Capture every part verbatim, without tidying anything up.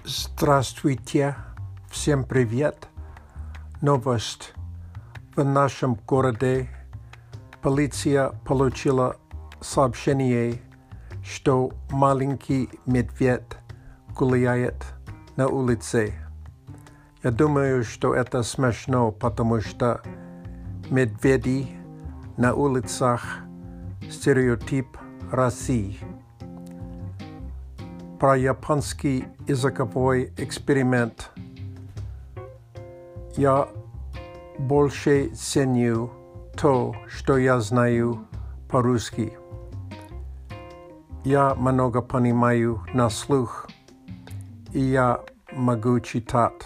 Здравствуйте, всем привет. Новость. В нашем городе полиция получила сообщение, что маленький медведь гуляет на улице. Я думаю, что это смешно, потому что медведи на улицах – стереотип России. Про японский языковой эксперимент. Я больше ценю то, что я знаю по-русски. Я много понимаю на слух, и я могу читать.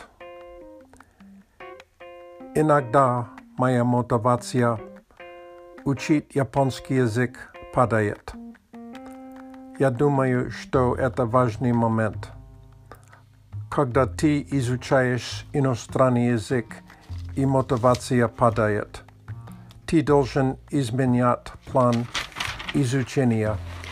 Иногда моя мотивация учить японский язык падает. Я думаю, что это важный момент. Когда ты изучаешь иностранный язык и мотивация падает, ты должен изменять план изучения.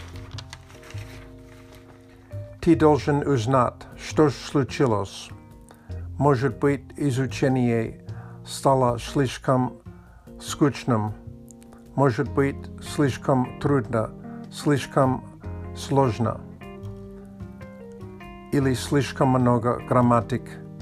Ты должен узнать, что случилось. Может быть, изучение стало слишком скучным. Может быть, слишком трудно, слишком сложно или слишком много грамматик.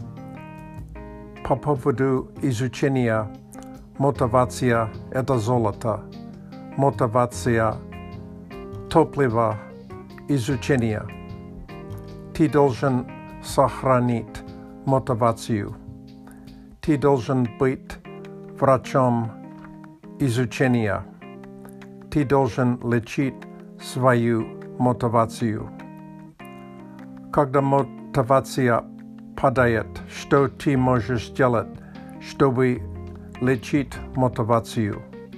По поводу изучения мотивация – это золото. Мотивация – топливо изучения. Ты должен сохранить мотивацию. Ты должен быть врачом изучения. Ты должен лечить свою мотивацию. Когда мотивация падает, что ты можешь сделать, чтобы лечить мотивацию?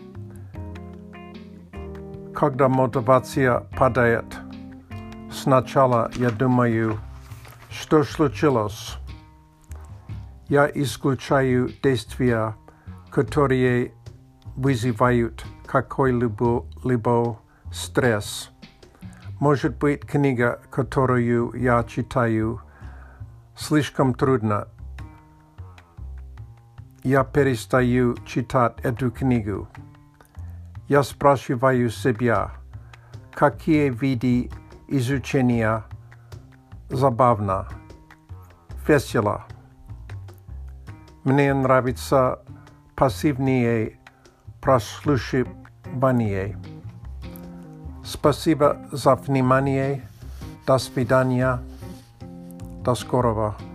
Когда мотивация падает, сначала я думаю, что случилось. Я исключаю действия, которые вызывают какой-либо стресс. Может быть, книга, которую я читаю, слишком трудна. Я перестаю читать эту книгу. Я спрашиваю себя, какие виды изучения забавно, весело. Мне нравится пассивное прослушивание. Спасибо за внимание. До свидания. До скорого.